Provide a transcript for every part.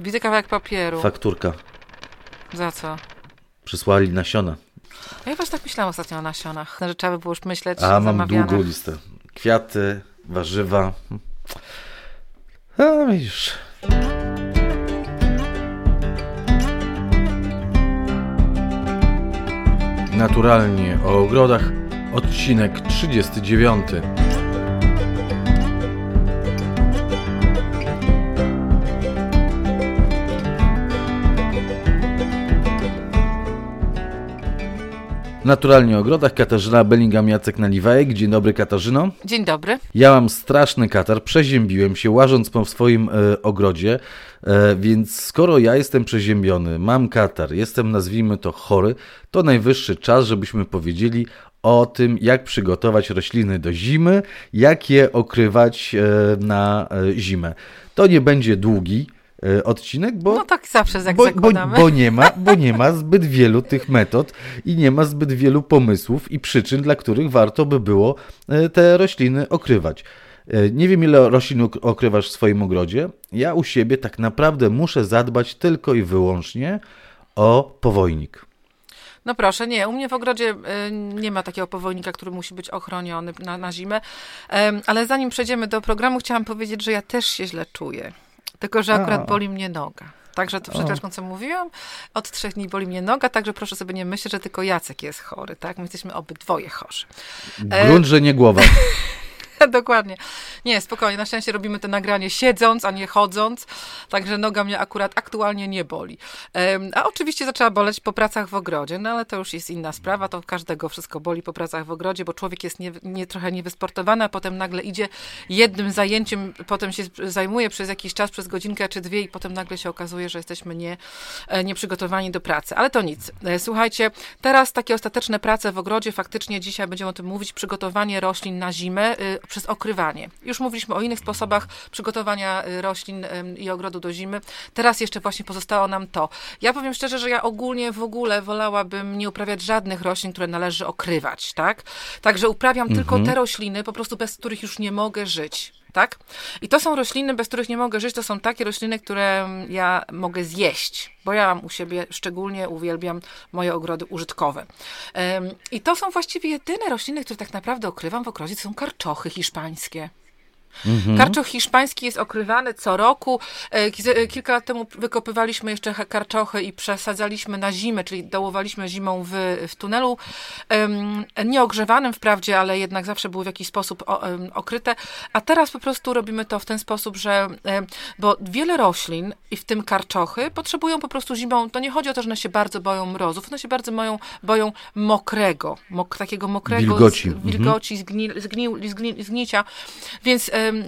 Widzę kawałek papieru. Fakturka. Za co? Przysłali nasiona. Ja właśnie tak myślałam ostatnio o nasionach, że trzeba by było już myśleć o mam zamawianach. długą listę. Kwiaty, warzywa. A widzisz. Naturalnie o ogrodach, odcinek 39. Naturalnie o ogrodach, Katarzyna Bellingham, Jacek Naliwajek. Dzień dobry, Katarzyno. Dzień dobry. Ja mam straszny katar, przeziębiłem się łażąc po swoim ogrodzie, więc skoro ja jestem przeziębiony, mam katar, jestem, nazwijmy to, chory, to najwyższy czas, żebyśmy powiedzieli o tym, jak przygotować rośliny do zimy, jak je okrywać na zimę. To nie będzie długi odcinek, bo, no tak zawsze zakładamy. Bo nie ma zbyt wielu tych metod i nie ma zbyt wielu pomysłów i przyczyn, dla których warto by było te rośliny okrywać. Nie wiem, ile roślin okrywasz w swoim ogrodzie. Ja u siebie tak naprawdę muszę zadbać tylko i wyłącznie o powojnik. No proszę, nie, u mnie w ogrodzie nie ma takiego powojnika, który musi być ochroniony na zimę, ale zanim przejdziemy do programu, chciałam powiedzieć, że ja też się źle czuję. Tylko że akurat boli mnie noga. Także to przed chwileczką, co mówiłam, od 3 dni boli mnie noga, także proszę sobie nie myśleć, że tylko Jacek jest chory, tak? My jesteśmy obydwoje chorzy. Grunt, że nie głowa. Dokładnie. Nie, spokojnie. Na szczęście robimy to nagranie siedząc, a nie chodząc. Także noga mnie akurat aktualnie nie boli. A oczywiście zaczęła boleć po pracach w ogrodzie, no ale to już jest inna sprawa. To każdego wszystko boli po pracach w ogrodzie, bo człowiek jest trochę niewysportowany, a potem nagle idzie jednym zajęciem, potem się zajmuje przez jakiś czas, przez godzinkę czy 2 i potem nagle się okazuje, że jesteśmy nieprzygotowani do pracy. Ale to nic. Słuchajcie, teraz takie ostateczne prace w ogrodzie, faktycznie dzisiaj będziemy o tym mówić, przygotowanie roślin na zimę, przez okrywanie. Już mówiliśmy o innych sposobach przygotowania roślin i ogrodu do zimy. Teraz jeszcze właśnie pozostało nam to. Ja powiem szczerze, że ja ogólnie w ogóle wolałabym nie uprawiać żadnych roślin, które należy okrywać, tak? Także uprawiam tylko te rośliny, po prostu bez których już nie mogę żyć. Tak? I to są rośliny, bez których nie mogę żyć, to są takie rośliny, które ja mogę zjeść, bo ja u siebie szczególnie uwielbiam moje ogrody użytkowe. I to są właściwie jedyne rośliny, które tak naprawdę okrywam w ogrodzie, to są karczochy hiszpańskie. Karczoch hiszpański jest okrywany co roku. Kilka lat temu wykopywaliśmy jeszcze karczochy i przesadzaliśmy na zimę, czyli dołowaliśmy zimą w tunelu nieogrzewanym wprawdzie, ale jednak zawsze były w jakiś sposób okryte. A teraz po prostu robimy to w ten sposób, że bo wiele roślin, i w tym karczochy, potrzebują po prostu zimą. To nie chodzi o to, że one się bardzo boją mrozów, one się bardzo boją mokrego, takiego mokrego wilgoci, zgnicia. Więc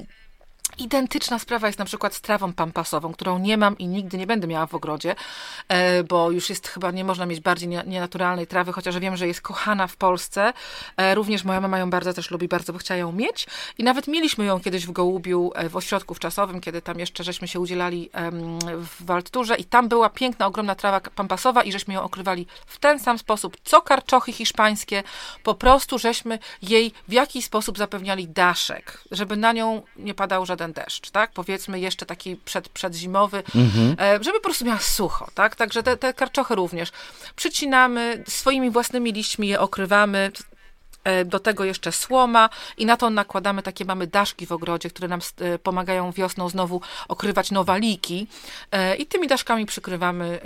identyczna sprawa jest na przykład z trawą pampasową, którą nie mam i nigdy nie będę miała w ogrodzie, bo już jest chyba, nie można mieć bardziej nienaturalnej trawy, chociaż wiem, że jest kochana w Polsce. Również moja mama ją bardzo też lubi, bardzo by chciała ją mieć. I nawet mieliśmy ją kiedyś w Gołubiu, w ośrodku wczasowym, kiedy tam jeszcze żeśmy się udzielali w Waldturze i tam była piękna, ogromna trawa pampasowa i żeśmy ją okrywali w ten sam sposób, co karczochy hiszpańskie. Po prostu żeśmy jej w jakiś sposób zapewniali daszek, żeby na nią nie padał żaden deszcz, tak? Powiedzmy jeszcze taki przedzimowy, żeby po prostu miała sucho, tak? Także te karczochy również przycinamy, swoimi własnymi liśćmi je okrywamy, do tego jeszcze słoma i na to nakładamy takie, mamy daszki w ogrodzie, które nam pomagają wiosną znowu okrywać nowaliki i tymi daszkami przykrywamy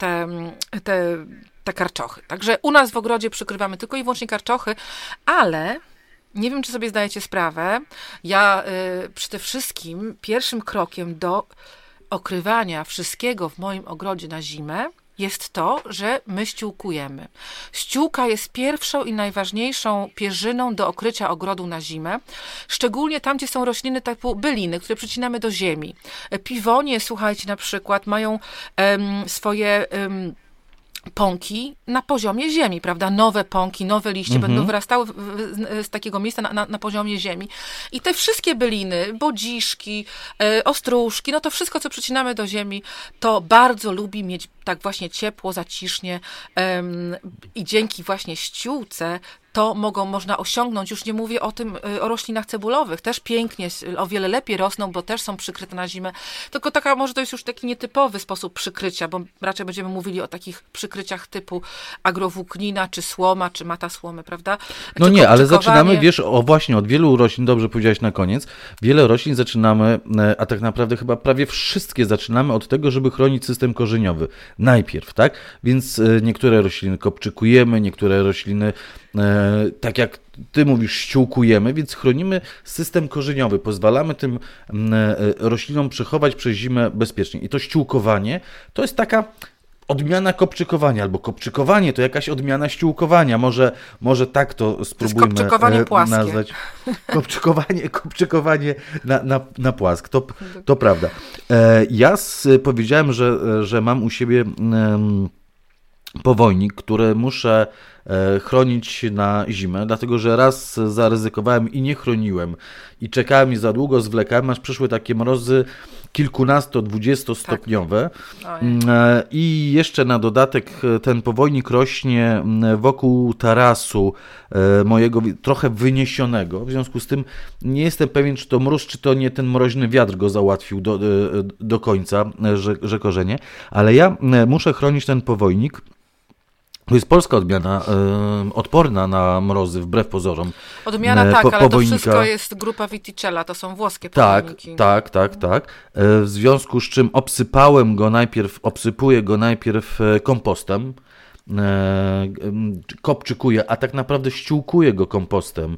te karczochy. Także u nas w ogrodzie przykrywamy tylko i wyłącznie karczochy, ale nie wiem, czy sobie zdajecie sprawę, ja przede wszystkim pierwszym krokiem do okrywania wszystkiego w moim ogrodzie na zimę jest to, że my ściółkujemy. Ściółka jest pierwszą i najważniejszą pierzyną do okrycia ogrodu na zimę, szczególnie tam, gdzie są rośliny typu byliny, które przycinamy do ziemi. Piwonie, słuchajcie, na przykład mają swoje pąki na poziomie ziemi, prawda? Nowe pąki, nowe liście będą wyrastały z takiego miejsca na poziomie ziemi. I te wszystkie byliny, bodziszki, ostróżki, no to wszystko, co przycinamy do ziemi, to bardzo lubi mieć tak właśnie ciepło, zacisznie i dzięki właśnie ściółce to można osiągnąć. Już nie mówię o roślinach cebulowych, też pięknie, o wiele lepiej rosną, bo też są przykryte na zimę. Tylko może to jest już taki nietypowy sposób przykrycia, bo raczej będziemy mówili o takich przykryciach typu agrowłóknina, czy słoma, czy mata słomy, prawda? No nie, ale zaczynamy, wiesz, właśnie od wielu roślin, dobrze powiedziałeś na koniec, wiele roślin zaczynamy, a tak naprawdę chyba prawie wszystkie zaczynamy od tego, żeby chronić system korzeniowy. Najpierw, tak? Więc niektóre rośliny kopczykujemy, niektóre rośliny, tak jak ty mówisz, ściółkujemy, więc chronimy system korzeniowy, pozwalamy tym roślinom przechować przez zimę bezpiecznie. I to ściółkowanie to jest taka odmiana kopczykowania, albo kopczykowanie to jakaś odmiana ściółkowania. Może tak to spróbujmy to jest kopczykowanie płaskie. Nazwać. Kopczykowanie na płask, to prawda. Ja powiedziałem, że mam u siebie powojnik, który muszę chronić na zimę, dlatego że raz zaryzykowałem i nie chroniłem i czekałem i za długo zwlekałem, aż przyszły takie mrozy kilkunasto, 20-stopniowe. Tak. I jeszcze na dodatek ten powojnik rośnie wokół tarasu mojego, trochę wyniesionego. W związku z tym nie jestem pewien, czy to mróz, czy to nie ten mroźny wiatr go załatwił do końca, że korzenie. Ale ja muszę chronić ten powojnik. To jest polska odmiana, odporna na mrozy, wbrew pozorom. Odmiana ale to wszystko jest grupa Viticella, to są włoskie powojniki. Tak. W związku z czym obsypuję go najpierw kompostem, kopczykuję, a tak naprawdę ściółkuję go kompostem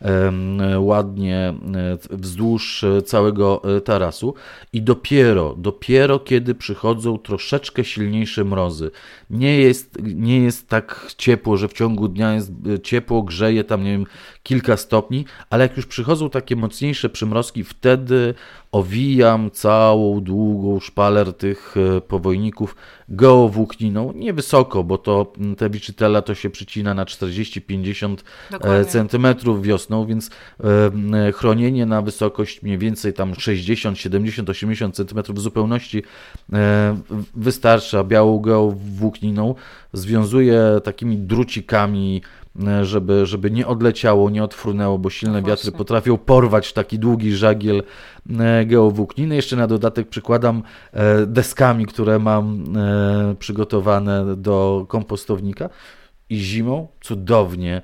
ładnie wzdłuż całego tarasu i dopiero kiedy przychodzą troszeczkę silniejsze mrozy. Nie jest tak ciepło, że w ciągu dnia jest ciepło, grzeje tam, nie wiem, kilka stopni, ale jak już przychodzą takie mocniejsze przymrozki, wtedy owijam całą długą szpaler tych powojników geowłókniną, niewysoko, bo te Viticella to się przycina na 40-50 cm wiosną, więc chronienie na wysokość mniej więcej tam 60, 70, 80 cm w zupełności wystarcza. Białą geowłókniną związuję takimi drucikami, żeby nie odleciało, nie odfrunęło, bo silne wiatry potrafią porwać taki długi żagiel geowłókniny. Jeszcze na dodatek przykładam deskami, które mam przygotowane do kompostownika i zimą cudownie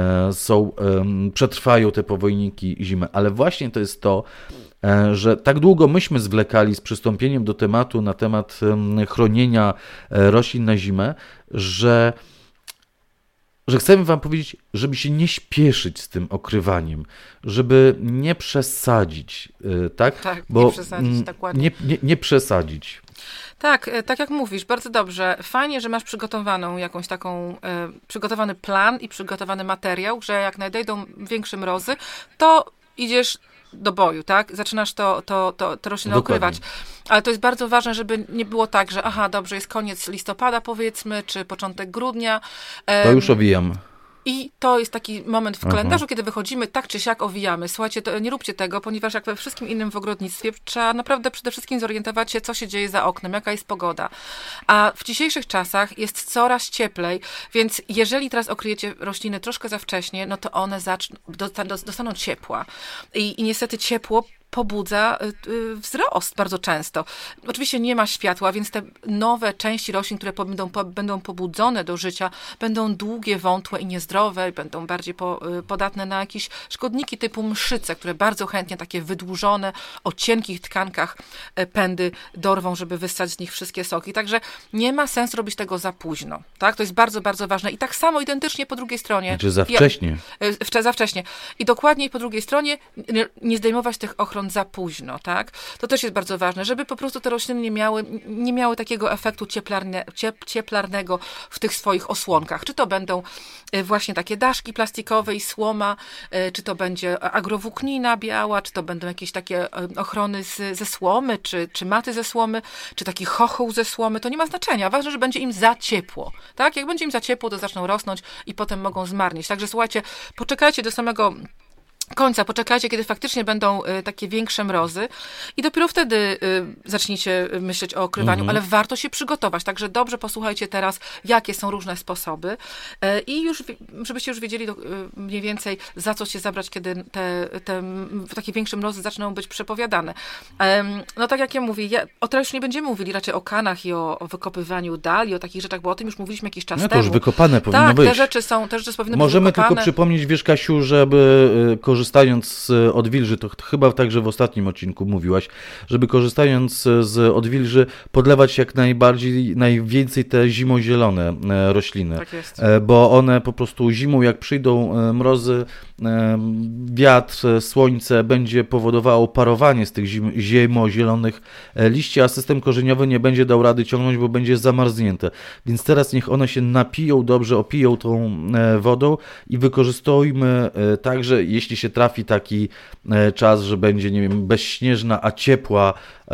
przetrwają te powojniki zimę. Ale właśnie to jest to, że tak długo myśmy zwlekali z przystąpieniem do tematu na temat chronienia roślin na zimę, że chcemy wam powiedzieć, żeby się nie śpieszyć z tym okrywaniem, żeby nie przesadzić, tak? Tak, nie przesadzić, dokładnie. Nie przesadzić. Tak, tak jak mówisz, bardzo dobrze. Fajnie, że masz przygotowaną jakąś taką, przygotowany plan i przygotowany materiał, że jak nadejdą większe mrozy, to idziesz do boju, tak? Zaczynasz to rośliny okrywać. Ale to jest bardzo ważne, żeby nie było tak, że dobrze, jest koniec listopada powiedzmy, czy początek grudnia. To już owijam. I to jest taki moment w kalendarzu, kiedy wychodzimy, tak czy siak owijamy. Słuchajcie, nie róbcie tego, ponieważ jak we wszystkim innym w ogrodnictwie, trzeba naprawdę przede wszystkim zorientować się, co się dzieje za oknem, jaka jest pogoda. A w dzisiejszych czasach jest coraz cieplej, więc jeżeli teraz okryjecie rośliny troszkę za wcześnie, no to one dostaną ciepła. I niestety ciepło pobudza wzrost bardzo często. Oczywiście nie ma światła, więc te nowe części roślin, które będą pobudzone do życia, będą długie, wątłe i niezdrowe, i będą bardziej podatne na jakieś szkodniki typu mszyce, które bardzo chętnie takie wydłużone, o cienkich tkankach pędy dorwą, żeby wyssać z nich wszystkie soki. Także nie ma sensu robić tego za późno. Tak? To jest bardzo, bardzo ważne. I tak samo identycznie po drugiej stronie. Znaczy za wcześnie. Za wcześnie. I dokładnie po drugiej stronie nie zdejmować tych ochron za późno, tak? To też jest bardzo ważne, żeby po prostu te rośliny nie miały takiego efektu cieplarnego w tych swoich osłonkach. Czy to będą właśnie takie daszki plastikowe i słoma, czy to będzie agrowłóknina biała, czy to będą jakieś takie ochrony ze słomy, czy maty ze słomy, czy taki chochoł ze słomy, to nie ma znaczenia. Ważne, że będzie im za ciepło, tak? Jak będzie im za ciepło, to zaczną rosnąć i potem mogą zmarnieć. Także słuchajcie, poczekajcie do samego końca. Poczekajcie, kiedy faktycznie będą takie większe mrozy i dopiero wtedy zacznijcie myśleć o okrywaniu, ale warto się przygotować. Także dobrze posłuchajcie teraz, jakie są różne sposoby i już, żebyście już wiedzieli mniej więcej, za co się zabrać, kiedy te takie większe mrozy zaczną być przepowiadane. No tak jak ja mówię, teraz już nie będziemy mówili raczej o kanach i o wykopywaniu dali, o takich rzeczach, bo o tym już mówiliśmy jakiś czas temu. To już wykopane powinno być. Tak, te rzeczy powinny Możemy być wykopane. tylko przypomnieć, wiesz, Kasiu, żeby korzystając z odwilży, to chyba także w ostatnim odcinku mówiłaś, żeby korzystając z odwilży podlewać jak najwięcej te zimozielone rośliny. Tak jest. Bo one po prostu zimą, jak przyjdą mrozy, wiatr, słońce będzie powodowało parowanie z tych zimozielonych liści, a system korzeniowy nie będzie dał rady ciągnąć, bo będzie zamarznięte. Więc teraz niech one się napiją dobrze, opiją tą wodą i wykorzystujmy także, jeśli się trafi taki czas, że będzie, nie wiem, bezśnieżna, a ciepła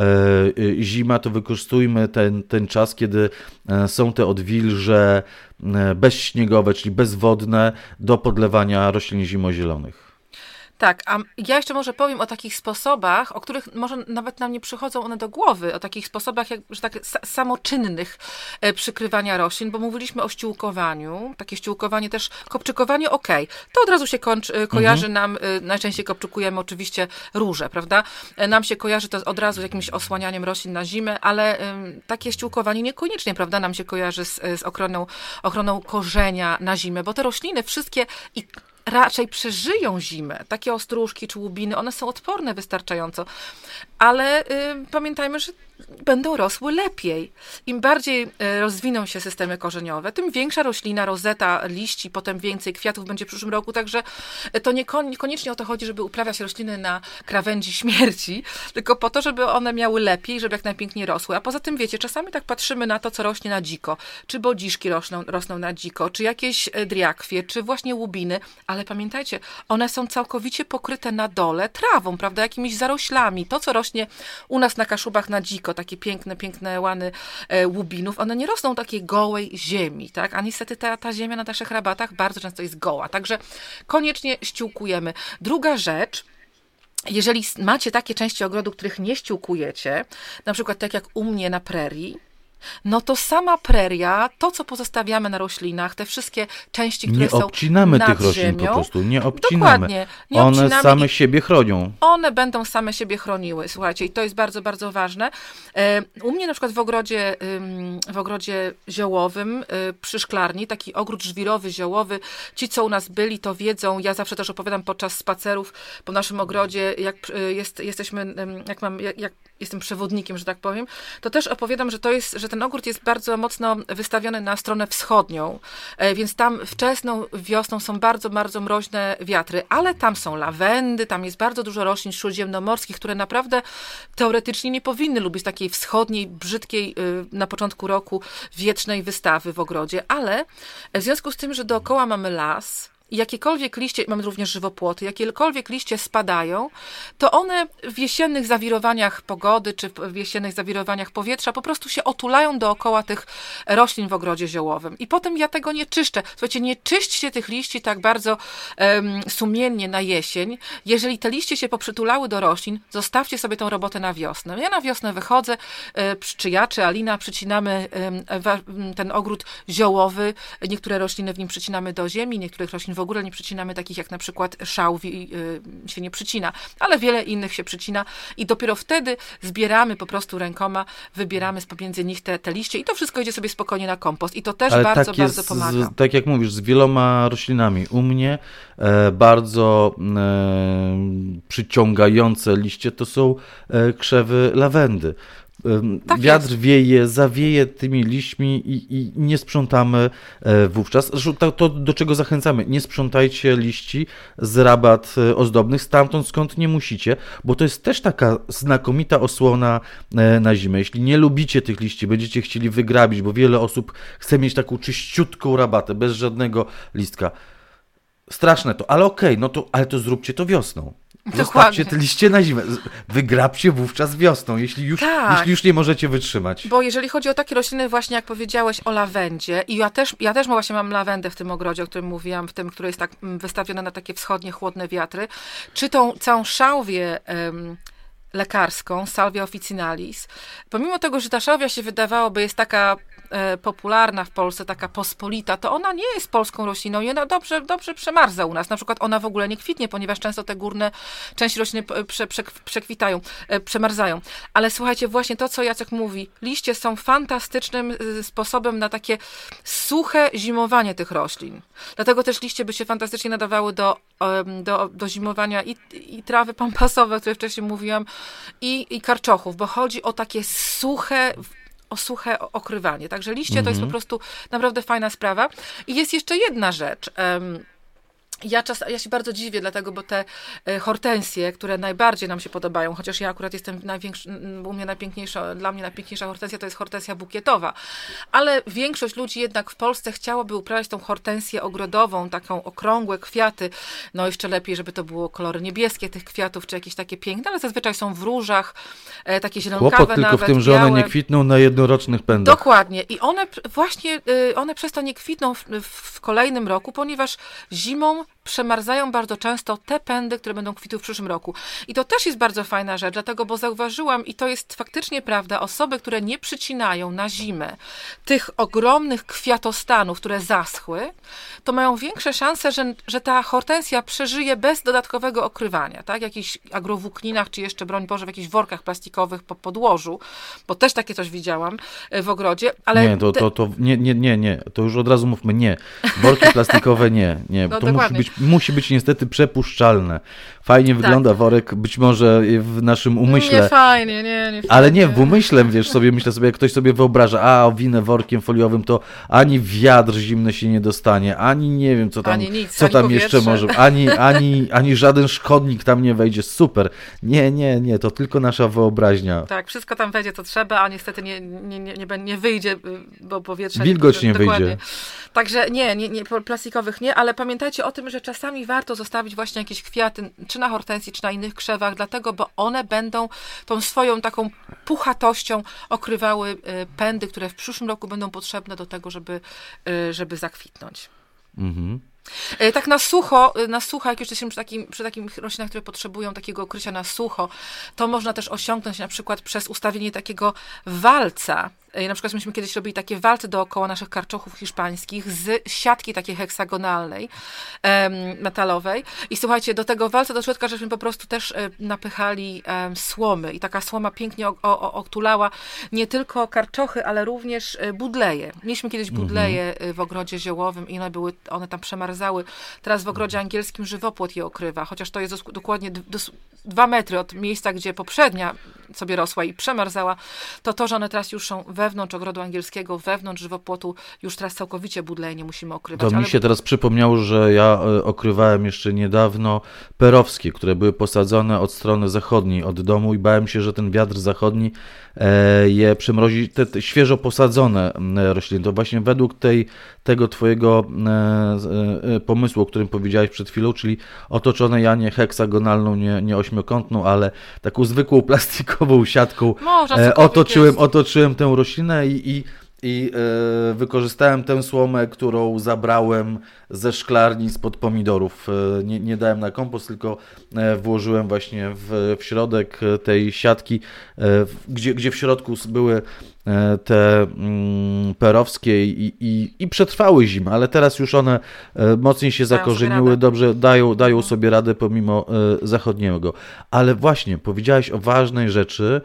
zima, to wykorzystujmy ten czas, kiedy są te odwilże bezśniegowe, czyli bezwodne, do podlewania roślin zimozielonych. Tak, a ja jeszcze może powiem o takich sposobach, o których może nawet nam nie przychodzą one do głowy, o takich sposobach, że tak samoczynnych przykrywania roślin, bo mówiliśmy o ściółkowaniu, takie ściółkowanie też, kopczykowanie, to od razu się kojarzy nam, najczęściej kopczykujemy oczywiście róże, prawda? Nam się kojarzy to od razu z jakimś osłanianiem roślin na zimę, ale takie ściółkowanie niekoniecznie, prawda, nam się kojarzy z ochroną korzenia na zimę, bo te rośliny wszystkie raczej przeżyją zimę. Takie ostróżki czy łubiny, one są odporne wystarczająco, ale pamiętajmy, że będą rosły lepiej. Im bardziej rozwiną się systemy korzeniowe, tym większa roślina, rozeta liści, potem więcej kwiatów będzie w przyszłym roku, także to niekoniecznie o to chodzi, żeby uprawiać rośliny na krawędzi śmierci, tylko po to, żeby one miały lepiej, żeby jak najpiękniej rosły. A poza tym, wiecie, czasami tak patrzymy na to, co rośnie na dziko, czy bodziszki rosną na dziko, czy jakieś driakwie, czy właśnie łubiny, ale pamiętajcie, one są całkowicie pokryte na dole trawą, prawda, jakimiś zaroślami. To, co rośnie u nas na Kaszubach na dziko, takie piękne łany łubinów, one nie rosną takiej gołej ziemi, tak? A niestety ta ziemia na naszych rabatach bardzo często jest goła, także koniecznie ściółkujemy. Druga rzecz, jeżeli macie takie części ogrodu, których nie ściółkujecie, na przykład tak jak u mnie na prerii, no to sama preria, to co pozostawiamy na roślinach, te wszystkie części, które są nad ziemią. Nie obcinamy tych roślin po prostu, nie obcinamy. Dokładnie. Nie one obcinamy same siebie chronią. One będą same siebie chroniły, słuchajcie, i to jest bardzo, bardzo ważne. U mnie na przykład w ogrodzie ziołowym przy szklarni, taki ogród żwirowy, ziołowy, ci co u nas byli, to wiedzą, ja zawsze też opowiadam podczas spacerów po naszym ogrodzie, jak jestem przewodnikiem, że tak powiem, to też opowiadam, że ten ogród jest bardzo mocno wystawiony na stronę wschodnią, więc tam wczesną wiosną są bardzo, bardzo mroźne wiatry, ale tam są lawendy, tam jest bardzo dużo roślin śródziemnomorskich, które naprawdę teoretycznie nie powinny lubić takiej wschodniej, brzydkiej na początku roku wietrznej wystawy w ogrodzie, ale w związku z tym, że dookoła mamy las, jakiekolwiek liście, mamy również żywopłoty, jakiekolwiek liście spadają, to one w jesiennych zawirowaniach pogody, czy w jesiennych zawirowaniach powietrza po prostu się otulają dookoła tych roślin w ogrodzie ziołowym. I potem ja tego nie czyszczę. Słuchajcie, nie czyśćcie tych liści tak bardzo sumiennie na jesień. Jeżeli te liście się poprzytulały do roślin, zostawcie sobie tą robotę na wiosnę. Ja na wiosnę wychodzę, czy ja, czy Alina, przycinamy ten ogród ziołowy. Niektóre rośliny w nim przycinamy do ziemi, niektórych roślin w ogóle nie przycinamy, takich jak na przykład szałwi się nie przycina, ale wiele innych się przycina i dopiero wtedy zbieramy po prostu rękoma, wybieramy z pomiędzy nich te liście i to wszystko idzie sobie spokojnie na kompost i to też bardzo, tak bardzo pomaga. Tak jak mówisz, z wieloma roślinami. U mnie bardzo przyciągające liście to są krzewy lawendy. Tak wiatr jest. wieje, zawieje tymi liśćmi i nie sprzątamy wówczas. Zresztą to, do czego zachęcamy, nie sprzątajcie liści z rabat ozdobnych stamtąd, skąd nie musicie, bo to jest też taka znakomita osłona na zimę. Jeśli nie lubicie tych liści, będziecie chcieli wygrabić, bo wiele osób chce mieć taką czyściutką rabatę, bez żadnego listka. Straszne to, ale okej, no to, ale to zróbcie to wiosną. Zostawcie te liście na zimę. Wygrabcie wówczas wiosną, jeśli już nie możecie wytrzymać. Bo jeżeli chodzi o takie rośliny, właśnie jak powiedziałeś o lawendzie, i ja też właśnie mam lawendę w tym ogrodzie, o którym mówiłam, w tym, które jest tak wystawione na takie wschodnie, chłodne wiatry, czy tą całą szałwię lekarską, Salvia officinalis, pomimo tego, że ta szałwia się wydawałoby jest taka popularna w Polsce, taka pospolita, to ona nie jest polską rośliną i ona dobrze przemarza u nas. Na przykład ona w ogóle nie kwitnie, ponieważ często te górne części rośliny przemarzają. Ale słuchajcie, właśnie to, co Jacek mówi, liście są fantastycznym sposobem na takie suche zimowanie tych roślin. Dlatego też liście by się fantastycznie nadawały do zimowania i trawy pampasowe, o której wcześniej mówiłam, i karczochów, bo chodzi o takie suche okrywanie. Także liście to jest po prostu naprawdę fajna sprawa. I jest jeszcze jedna rzecz. Ja się bardzo dziwię, dlatego, bo te hortensje, które najbardziej nam się podobają, chociaż ja akurat jestem dla mnie najpiękniejsza hortensja to jest hortensja bukietowa, ale większość ludzi jednak w Polsce chciałaby uprawiać tą hortensję ogrodową, taką okrągłe kwiaty, no jeszcze lepiej, żeby to było kolory niebieskie tych kwiatów, czy jakieś takie piękne, ale zazwyczaj są w różach, takie zielonkawe Kłopot tylko nawet, w tym, że białe. one nie kwitną na jednorocznych pędach. Dokładnie. I one przez to nie kwitną w kolejnym roku, ponieważ zimą przemarzają bardzo często te pędy, które będą kwitły w przyszłym roku. I to też jest bardzo fajna rzecz, dlatego, bo zauważyłam, i to jest faktycznie prawda, osoby, które nie przycinają na zimę tych ogromnych kwiatostanów, które zaschły, to mają większe szanse, że ta hortensja przeżyje bez dodatkowego okrywania, tak? W jakichś agrowłókninach, czy jeszcze, broń Boże, w jakichś workach plastikowych po podłożu, bo też takie coś widziałam w ogrodzie, ale... Nie, to już od razu mówmy, nie. Worki plastikowe nie, No, to dokładnie. musi być niestety przepuszczalne. Fajnie wygląda worek, być może w naszym umyśle. Nie fajnie, nie fajnie. Ale nie, w umyśle, myślę sobie, jak ktoś sobie wyobraża, owinę workiem foliowym, to ani wiatr zimny się nie dostanie, ani nie wiem, co tam, ani nic, co ani tam powietrze. jeszcze może, ani żaden szkodnik tam nie wejdzie. Super. Nie, to tylko nasza wyobraźnia. Tak, wszystko tam wejdzie, co trzeba, a niestety nie wyjdzie, bo powietrze... Wilgoć nie dokładnie. wyjdzie. Także nie, plastikowych nie, ale pamiętajcie o tym, że czasami warto zostawić właśnie jakieś kwiaty, czy na hortensji, czy na innych krzewach, dlatego, bo one będą tą swoją taką puchatością okrywały pędy, które w przyszłym roku będą potrzebne do tego, żeby zakwitnąć. Mhm. Tak na sucho, jak już jesteśmy przy takich roślinach, które potrzebują takiego okrycia na sucho, to można też osiągnąć na przykład przez ustawienie takiego walca. Na przykład myśmy kiedyś robili takie walce dookoła naszych karczochów hiszpańskich z siatki takiej heksagonalnej, metalowej. I słuchajcie, do tego walca do środka żeśmy po prostu też napychali słomy. I taka słoma pięknie otulała nie tylko karczochy, ale również budleje. Mieliśmy kiedyś budleje w ogrodzie ziołowym i one tam przemarzały. Teraz w ogrodzie angielskim żywopłot je okrywa, chociaż to jest dokładnie 2 metry od miejsca, gdzie poprzednia sobie rosła i przemarzała, to, że one teraz już są wewnątrz ogrodu angielskiego, wewnątrz żywopłotu, już teraz całkowicie budleje nie musimy okrywać. Mi się teraz przypomniało, że ja okrywałem jeszcze niedawno perowskie, które były posadzone od strony zachodniej od domu i bałem się, że ten wiatr zachodni je przymrozi, te świeżo posadzone rośliny. To właśnie według tego twojego pomysłu, o którym powiedziałeś przed chwilą, czyli otoczone ja nie heksagonalną, nie ośmiokątną, ale taką zwykłą plastikową siatką otoczyłem tę roślinę i wykorzystałem tę słomę, którą zabrałem ze szklarni spod pomidorów. Nie dałem na kompost, tylko włożyłem właśnie w środek tej siatki, gdzie w środku były te perowskie i przetrwały zimę, ale teraz już one mocniej się zakorzeniły, dobrze dają sobie radę pomimo zachodniego. Ale właśnie powiedziałeś o ważnej rzeczy,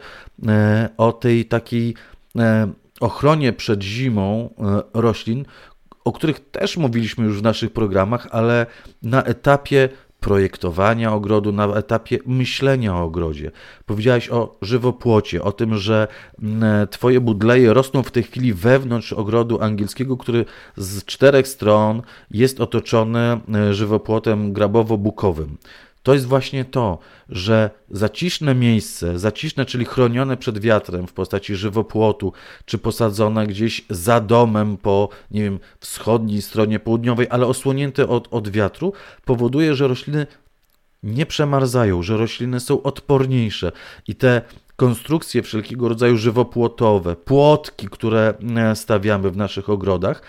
o tej takiej ochronie przed zimą roślin, o których też mówiliśmy już w naszych programach, ale na etapie projektowania ogrodu, na etapie myślenia o ogrodzie. Powiedziałeś o żywopłocie, o tym, że twoje budleje rosną w tej chwili wewnątrz ogrodu angielskiego, który z 4 stron jest otoczony żywopłotem grabowo-bukowym. To jest właśnie to, że zaciszne miejsce, czyli chronione przed wiatrem w postaci żywopłotu, czy posadzone gdzieś za domem po, nie wiem, wschodniej stronie południowej, ale osłonięte od wiatru, powoduje, że rośliny nie przemarzają, że rośliny są odporniejsze i te konstrukcje wszelkiego rodzaju żywopłotowe, płotki, które stawiamy w naszych ogrodach,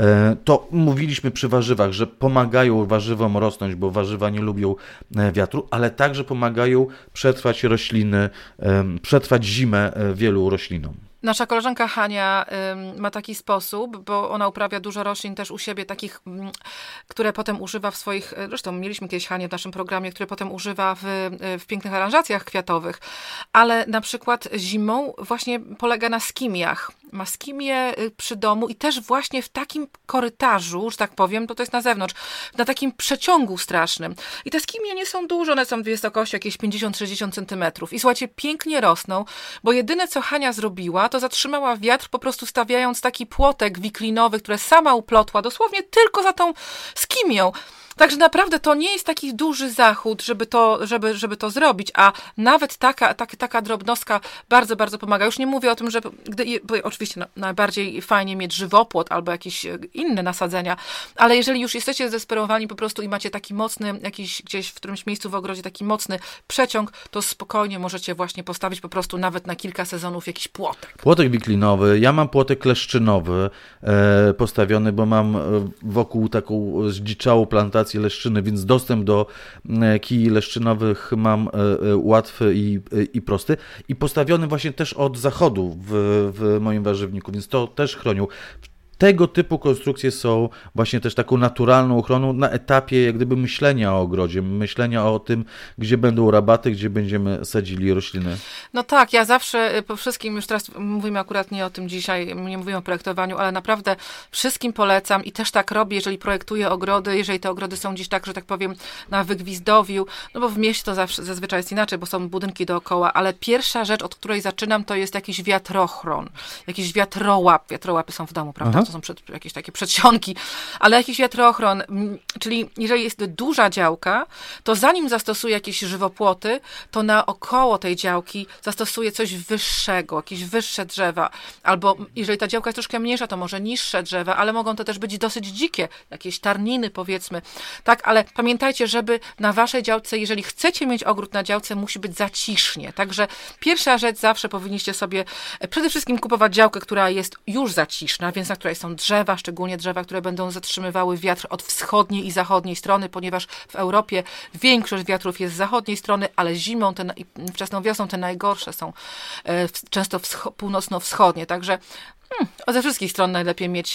to mówiliśmy przy warzywach, że pomagają warzywom rosnąć, bo warzywa nie lubią wiatru, ale także pomagają przetrwać rośliny, przetrwać zimę wielu roślinom. Nasza koleżanka Hania ma taki sposób, bo ona uprawia dużo roślin też u siebie, takich, które potem używa w swoich, zresztą mieliśmy kiedyś Hanię w naszym programie, które potem używa w pięknych aranżacjach kwiatowych, ale na przykład zimą właśnie polega na skimiach. Ma skimię przy domu i też właśnie w takim korytarzu, że tak powiem, to jest na zewnątrz, na takim przeciągu strasznym. I te skimie nie są duże, one są w wysokości jakieś 50-60 centymetrów. I słuchajcie, pięknie rosną, bo jedyne co Hania zrobiła, to zatrzymała wiatr, po prostu stawiając taki płotek wiklinowy, który sama uplotła, dosłownie tylko za tą skimią. Także naprawdę to nie jest taki duży zachód, żeby to zrobić, a nawet taka drobnostka bardzo, bardzo pomaga. Już nie mówię o tym, że bo oczywiście najbardziej fajnie mieć żywopłot albo jakieś inne nasadzenia, ale jeżeli już jesteście zdesperowani po prostu i macie taki mocny, jakiś gdzieś w którymś miejscu w ogrodzie taki mocny przeciąg, to spokojnie możecie właśnie postawić po prostu nawet na kilka sezonów jakiś płotek. Płotek wiklinowy, ja mam płotek leszczynowy postawiony, bo mam wokół taką zdziczałą plantację leszczyny, więc dostęp do kij leszczynowych mam łatwy i prosty. I postawiony właśnie też od zachodu w moim warzywniku, więc to też chronią. Tego typu konstrukcje są właśnie też taką naturalną ochroną na etapie jak gdyby myślenia o ogrodzie, myślenia o tym, gdzie będą rabaty, gdzie będziemy sadzili rośliny. No tak, ja zawsze po wszystkim, już teraz mówimy akurat nie o tym dzisiaj, nie mówimy o projektowaniu, ale naprawdę wszystkim polecam i też tak robię, jeżeli projektuję ogrody, jeżeli te ogrody są gdzieś tak, że tak powiem, na wygwizdowiu, no bo w mieście to zazwyczaj jest inaczej, bo są budynki dookoła, ale pierwsza rzecz, od której zaczynam, to jest jakiś wiatrochron, jakiś wiatrołap. Wiatrołapy są w domu, prawda? To są jakieś takie przedsionki, ale jakiś wiatrochron, czyli jeżeli jest duża działka, to zanim zastosuję jakieś żywopłoty, to naokoło tej działki zastosuję coś wyższego, jakieś wyższe drzewa, albo jeżeli ta działka jest troszkę mniejsza, to może niższe drzewa, ale mogą to też być dosyć dzikie, jakieś tarniny powiedzmy, tak, ale pamiętajcie, żeby na waszej działce, jeżeli chcecie mieć ogród na działce, musi być zacisznie, także pierwsza rzecz zawsze powinniście sobie przede wszystkim kupować działkę, która jest już zaciszna, więc na której są drzewa, szczególnie drzewa, które będą zatrzymywały wiatr od wschodniej i zachodniej strony, ponieważ w Europie większość wiatrów jest z zachodniej strony, ale zimą, wczesną wiosną te najgorsze są często północno-wschodnie. Także ze wszystkich stron najlepiej mieć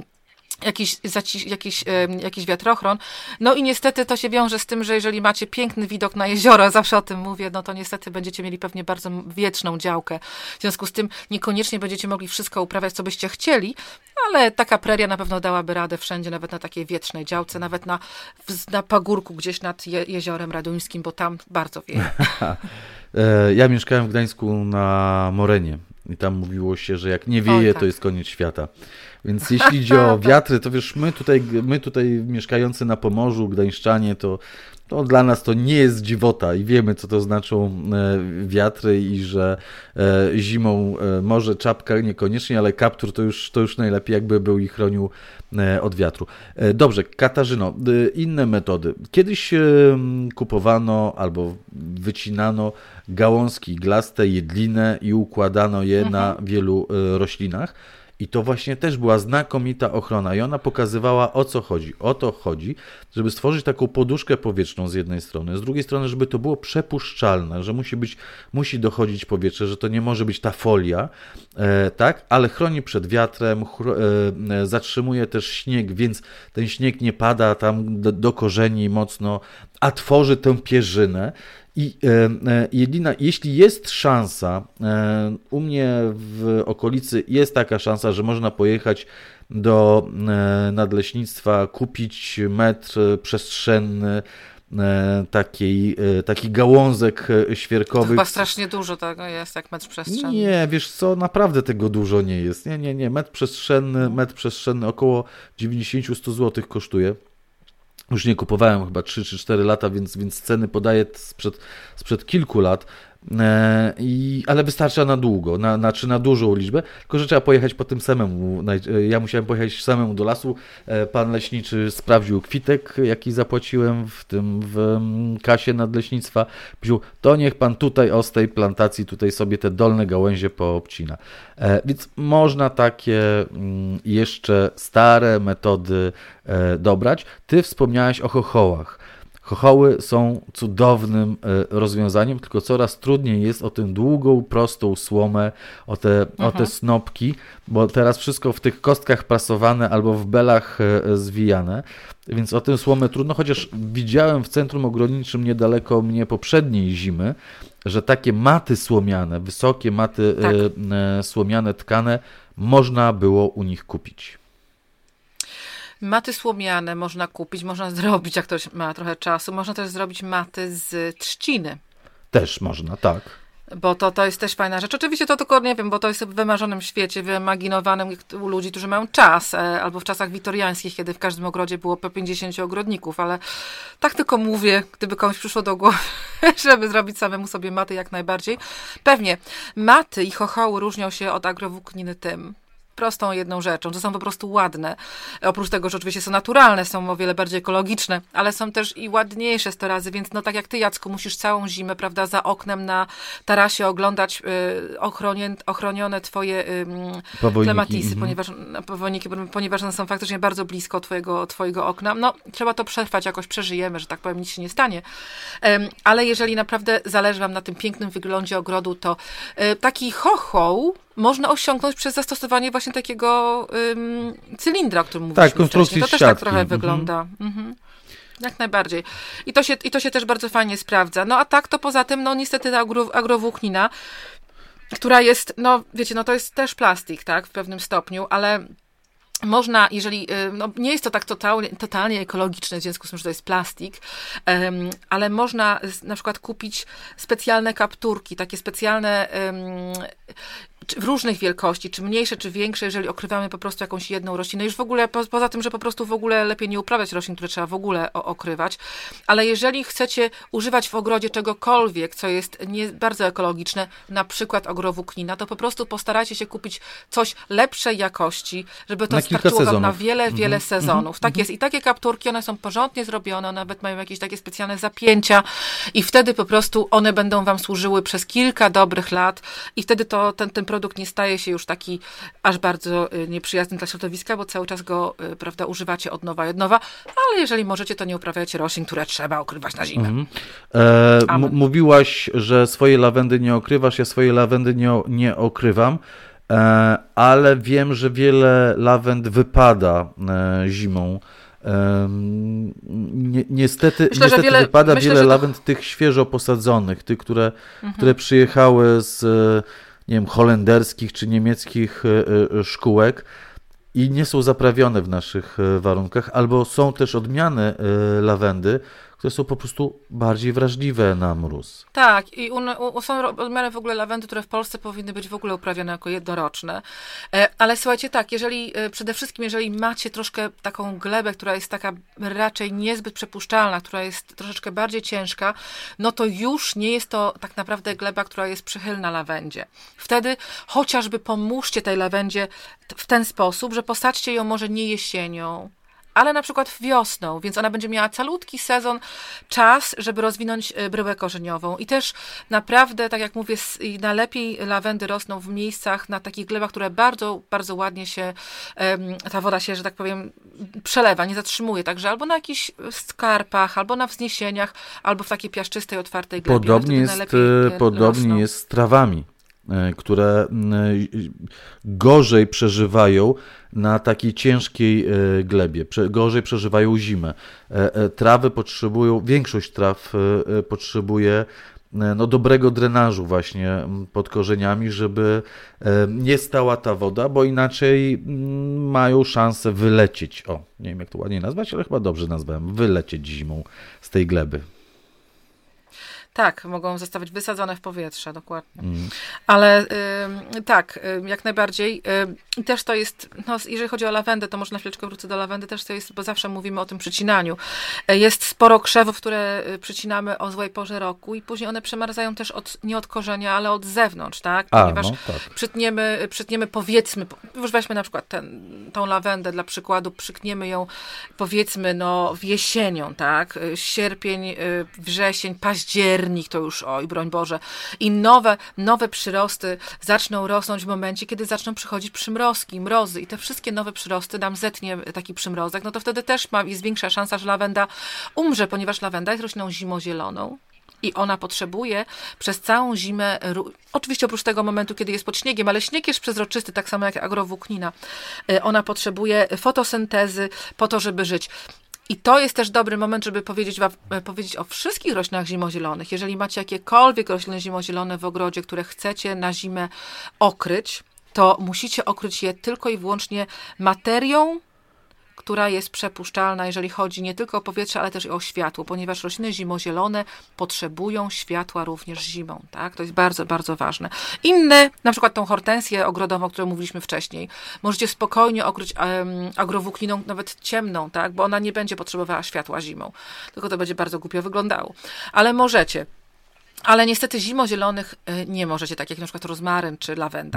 jakiś wiatrochron. No i niestety to się wiąże z tym, że jeżeli macie piękny widok na jezioro, zawsze o tym mówię, no to niestety będziecie mieli pewnie bardzo wieczną działkę. W związku z tym niekoniecznie będziecie mogli wszystko uprawiać, co byście chcieli, ale taka preria na pewno dałaby radę wszędzie, nawet na takiej wiecznej działce, nawet na pagórku gdzieś nad jeziorem Raduńskim, bo tam bardzo wieje. Ja mieszkałem w Gdańsku na Morenie i tam mówiło się, że jak nie wieje, tak. To jest koniec świata. Więc jeśli idzie o wiatry, to wiesz, my tutaj mieszkający na Pomorzu, gdańszczanie, to dla nas to nie jest dziwota i wiemy, co to znaczą wiatry i że zimą może czapka niekoniecznie, ale kaptur to już najlepiej jakby był i chronił od wiatru. Dobrze, Katarzyno, inne metody. Kiedyś kupowano albo wycinano gałązki iglaste, jedline i układano je na wielu roślinach. I to właśnie też była znakomita ochrona i ona pokazywała, o co chodzi. O to chodzi, żeby stworzyć taką poduszkę powietrzną z jednej strony, z drugiej strony, żeby to było przepuszczalne, że musi dochodzić powietrze, że to nie może być ta folia, tak, ale chroni przed wiatrem, zatrzymuje też śnieg, więc ten śnieg nie pada tam do korzeni mocno, a tworzy tę pierzynę. I jedlina, jeśli jest szansa, u mnie w okolicy jest taka szansa, że można pojechać do nadleśnictwa, kupić metr przestrzenny, taki gałązek świerkowy. To chyba strasznie dużo tego jest, jak metr przestrzenny. Nie, wiesz co, naprawdę tego dużo nie jest. Nie, metr przestrzenny około 90-100 zł kosztuje. Już nie kupowałem chyba 3 czy 4 lata, więc ceny podaję sprzed kilku lat. Ale wystarcza na długo, czy na dużą liczbę, tylko że trzeba pojechać po tym samemu. Ja musiałem pojechać samemu do lasu. Pan leśniczy sprawdził kwitek, jaki zapłaciłem w kasie nadleśnictwa. Powiedział, to niech pan tutaj z tej plantacji tutaj sobie te dolne gałęzie poobcina. Więc można takie jeszcze stare metody dobrać. Ty wspomniałeś o chochołach. Chochoły są cudownym rozwiązaniem, tylko coraz trudniej jest o tę długą, prostą słomę, o te snopki, bo teraz wszystko w tych kostkach prasowane albo w belach zwijane, więc o tę słomę trudno, chociaż widziałem w centrum ogrodniczym niedaleko mnie poprzedniej zimy, że takie maty słomiane, wysokie maty słomiane tkane można było u nich kupić. Maty słomiane można kupić, można zrobić, jak ktoś ma trochę czasu, można też zrobić maty z trzciny. Też można, tak. Bo to jest też fajna rzecz. Oczywiście to tylko, nie wiem, bo to jest w wymarzonym świecie, wyimaginowanym u ludzi, którzy mają czas, albo w czasach wiktoriańskich, kiedy w każdym ogrodzie było po 50 ogrodników, ale tak tylko mówię, gdyby komuś przyszło do głowy, żeby zrobić samemu sobie maty, jak najbardziej. Pewnie maty i chochoły różnią się od agrowłókniny tym, prostą jedną rzeczą, to są po prostu ładne. Oprócz tego, że oczywiście są naturalne, są o wiele bardziej ekologiczne, ale są też i ładniejsze 100 razy, więc no tak jak ty, Jacku, musisz całą zimę, prawda, za oknem na tarasie oglądać ochronione twoje klematisy, ponieważ one są faktycznie bardzo blisko twojego okna. No, trzeba to przetrwać, jakoś przeżyjemy, że tak powiem, nic się nie stanie. Ale jeżeli naprawdę zależy wam na tym pięknym wyglądzie ogrodu, to taki chochoł można osiągnąć przez zastosowanie właśnie takiego cylindra, o którym mówiliśmy tak, konstrukcji wcześniej. To też siatki. tak trochę wygląda. Jak najbardziej. I to się też bardzo fajnie sprawdza. No a tak to poza tym, no niestety ta agrowłóknina, która jest, no wiecie, no to jest też plastik, tak, w pewnym stopniu, ale można, jeżeli, no nie jest to tak totalnie ekologiczne, w związku z tym, że to jest plastik, ale można na przykład kupić specjalne kapturki, takie specjalne w różnych wielkości, czy mniejsze, czy większe, jeżeli okrywamy po prostu jakąś jedną roślinę. Już w ogóle, poza tym, że po prostu w ogóle lepiej nie uprawiać roślin, które trzeba w ogóle okrywać, ale jeżeli chcecie używać w ogrodzie czegokolwiek, co jest nie bardzo ekologiczne, na przykład agrowłóknina, to po prostu postarajcie się kupić coś lepszej jakości, żeby to starczyło wam na wiele sezonów. Tak jest. I takie kapturki, one są porządnie zrobione, nawet mają jakieś takie specjalne zapięcia i wtedy po prostu one będą wam służyły przez kilka dobrych lat i wtedy ten produkt nie staje się już taki aż bardzo nieprzyjazny dla środowiska, bo cały czas go, prawda, używacie od nowa i od nowa, ale jeżeli możecie, to nie uprawiacie roślin, które trzeba okrywać na zimę. Mówiłaś, że swojej lawendy nie okrywasz, ja swojej lawendy nie okrywam, ale wiem, że wiele lawend wypada zimą. Niestety wypada wiele lawend tych świeżo posadzonych, tych, które przyjechały z nie wiem, holenderskich czy niemieckich szkółek i nie są zaprawione w naszych warunkach, albo są też odmiany lawendy, które są po prostu bardziej wrażliwe na mróz. Tak, i są odmiany w ogóle lawendy, które w Polsce powinny być w ogóle uprawiane jako jednoroczne. Ale słuchajcie, tak, przede wszystkim, jeżeli macie troszkę taką glebę, która jest taka raczej niezbyt przepuszczalna, która jest troszeczkę bardziej ciężka, no to już nie jest to tak naprawdę gleba, która jest przychylna lawendzie. Wtedy chociażby pomóżcie tej lawendzie w ten sposób, że posadźcie ją może nie jesienią, ale na przykład wiosną, więc ona będzie miała calutki sezon, czas, żeby rozwinąć bryłę korzeniową. I też naprawdę, tak jak mówię, najlepiej lawendy rosną w miejscach, na takich glebach, które bardzo, bardzo ładnie się, ta woda się, że tak powiem, przelewa, nie zatrzymuje. Także albo na jakichś skarpach, albo na wzniesieniach, albo w takiej piaszczystej, otwartej glebie. Podobnie jest z trawami, które gorzej przeżywają na takiej ciężkiej glebie, gorzej przeżywają zimę. Większość traw potrzebuje dobrego drenażu właśnie pod korzeniami, żeby nie stała ta woda, bo inaczej mają szansę wylecieć. Nie wiem jak to ładnie nazwać, ale chyba dobrze nazwałem. Wylecieć zimą z tej gleby. Tak, mogą zostawać wysadzone w powietrze, dokładnie. Ale tak, jak najbardziej. I też to jest, no, jeżeli chodzi o lawendę, to może na chwileczkę wrócę do lawendy, też to jest, bo zawsze mówimy o tym przycinaniu. Jest sporo krzewów, które przycinamy o złej porze roku i później one przemarzają też nie od korzenia, ale od zewnątrz, tak? Ponieważ przytniemy, powiedzmy, już weźmy na przykład tą lawendę dla przykładu, przykniemy ją, powiedzmy, no, jesienią, tak? Sierpień, wrzesień, październik, to już, oj, broń Boże. I nowe przyrosty zaczną rosnąć w momencie, kiedy zaczną przychodzić przymrozki, mrozy i te wszystkie nowe przyrosty nam zetnie taki przymrozek, no to wtedy też jest większa szansa, że lawenda umrze, ponieważ lawenda jest rośliną zimozieloną. I ona potrzebuje przez całą zimę, oczywiście oprócz tego momentu, kiedy jest pod śniegiem, ale śnieg jest przezroczysty, tak samo jak agrowłóknina. Ona potrzebuje fotosyntezy po to, żeby żyć. I to jest też dobry moment, żeby powiedzieć o wszystkich roślinach zimozielonych. Jeżeli macie jakiekolwiek rośliny zimozielone w ogrodzie, które chcecie na zimę okryć, to musicie okryć je tylko i wyłącznie materią, która jest przepuszczalna, jeżeli chodzi nie tylko o powietrze, ale też i o światło, ponieważ rośliny zimozielone potrzebują światła również zimą, tak? To jest bardzo, bardzo ważne. Inne, na przykład tą hortensję ogrodową, o której mówiliśmy wcześniej, możecie spokojnie okryć agrowłókniną, nawet ciemną, tak? Bo ona nie będzie potrzebowała światła zimą, tylko to będzie bardzo głupio wyglądało. Ale możecie. Ale niestety zimozielonych nie możecie, tak jak na przykład rozmaryn czy lawenda.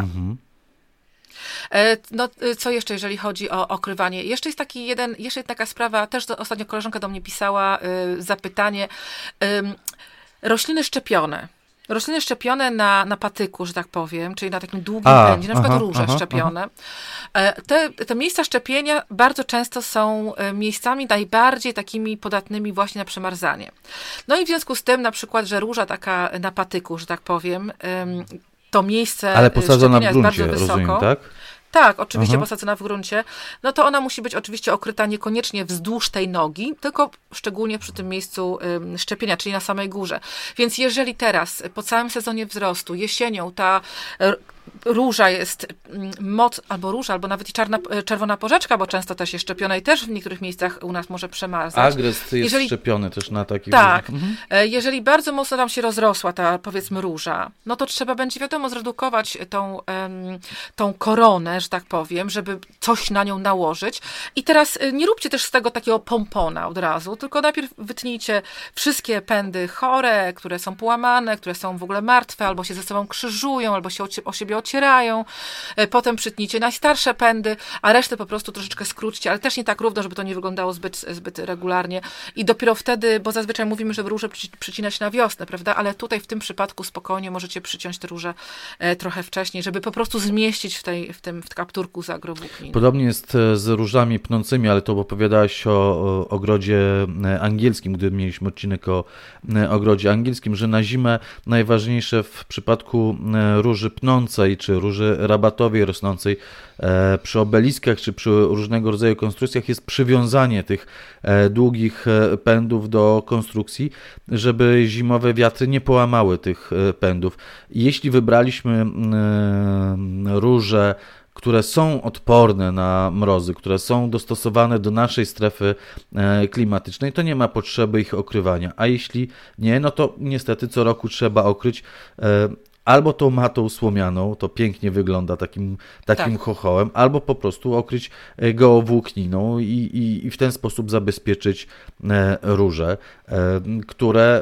No, co jeszcze, jeżeli chodzi o okrywanie? Jeszcze jest taka sprawa, też ostatnio koleżanka do mnie pisała zapytanie. Rośliny szczepione. Rośliny szczepione na patyku, że tak powiem, czyli na takim długim pędzie, na przykład róże szczepione. Te miejsca szczepienia bardzo często są miejscami najbardziej takimi podatnymi właśnie na przemarzanie. No i w związku z tym, na przykład, że róża taka na patyku, że tak powiem, to miejsce ale posadzona w gruncie, jest bardzo wysoko. rozumiem, tak? Tak, oczywiście posadzona w gruncie. No to ona musi być oczywiście okryta niekoniecznie wzdłuż tej nogi, tylko szczególnie przy tym miejscu szczepienia, czyli na samej górze. Więc jeżeli teraz po całym sezonie wzrostu, jesienią ta róża jest albo nawet i czerwona porzeczka, bo często też jest szczepiona i też w niektórych miejscach u nas może przemarzać. Agrest jest szczepiony też na takich tak. Jeżeli bardzo mocno tam się rozrosła ta, powiedzmy, róża, no to trzeba będzie, wiadomo, zredukować tą koronę, że tak powiem, żeby coś na nią nałożyć. I teraz nie róbcie też z tego takiego pompona od razu, tylko najpierw wytnijcie wszystkie pędy chore, które są połamane, które są w ogóle martwe, albo się ze sobą krzyżują, albo się o siebie ocierają. Potem przytnijcie najstarsze pędy, a resztę po prostu troszeczkę skróćcie, ale też nie tak równo, żeby to nie wyglądało zbyt regularnie. I dopiero wtedy, bo zazwyczaj mówimy, że róże przycinać na wiosnę, prawda? Ale tutaj w tym przypadku spokojnie możecie przyciąć te róże trochę wcześniej, żeby po prostu zmieścić w kapturku z agrowłókniny. Podobnie jest z różami pnącymi, ale to opowiadałaś o ogrodzie angielskim, gdy mieliśmy odcinek o ogrodzie angielskim, że na zimę najważniejsze w przypadku róży pnącej czy róży rabatowej rosnącej przy obeliskach czy przy różnego rodzaju konstrukcjach jest przywiązanie tych długich pędów do konstrukcji, żeby zimowe wiatry nie połamały tych pędów. Jeśli wybraliśmy róże, które są odporne na mrozy, które są dostosowane do naszej strefy klimatycznej, to nie ma potrzeby ich okrywania. A jeśli nie, no to niestety co roku trzeba okryć albo tą matą słomianą, to pięknie wygląda takim chochołem, albo po prostu okryć geowłókniną i w ten sposób zabezpieczyć róże, które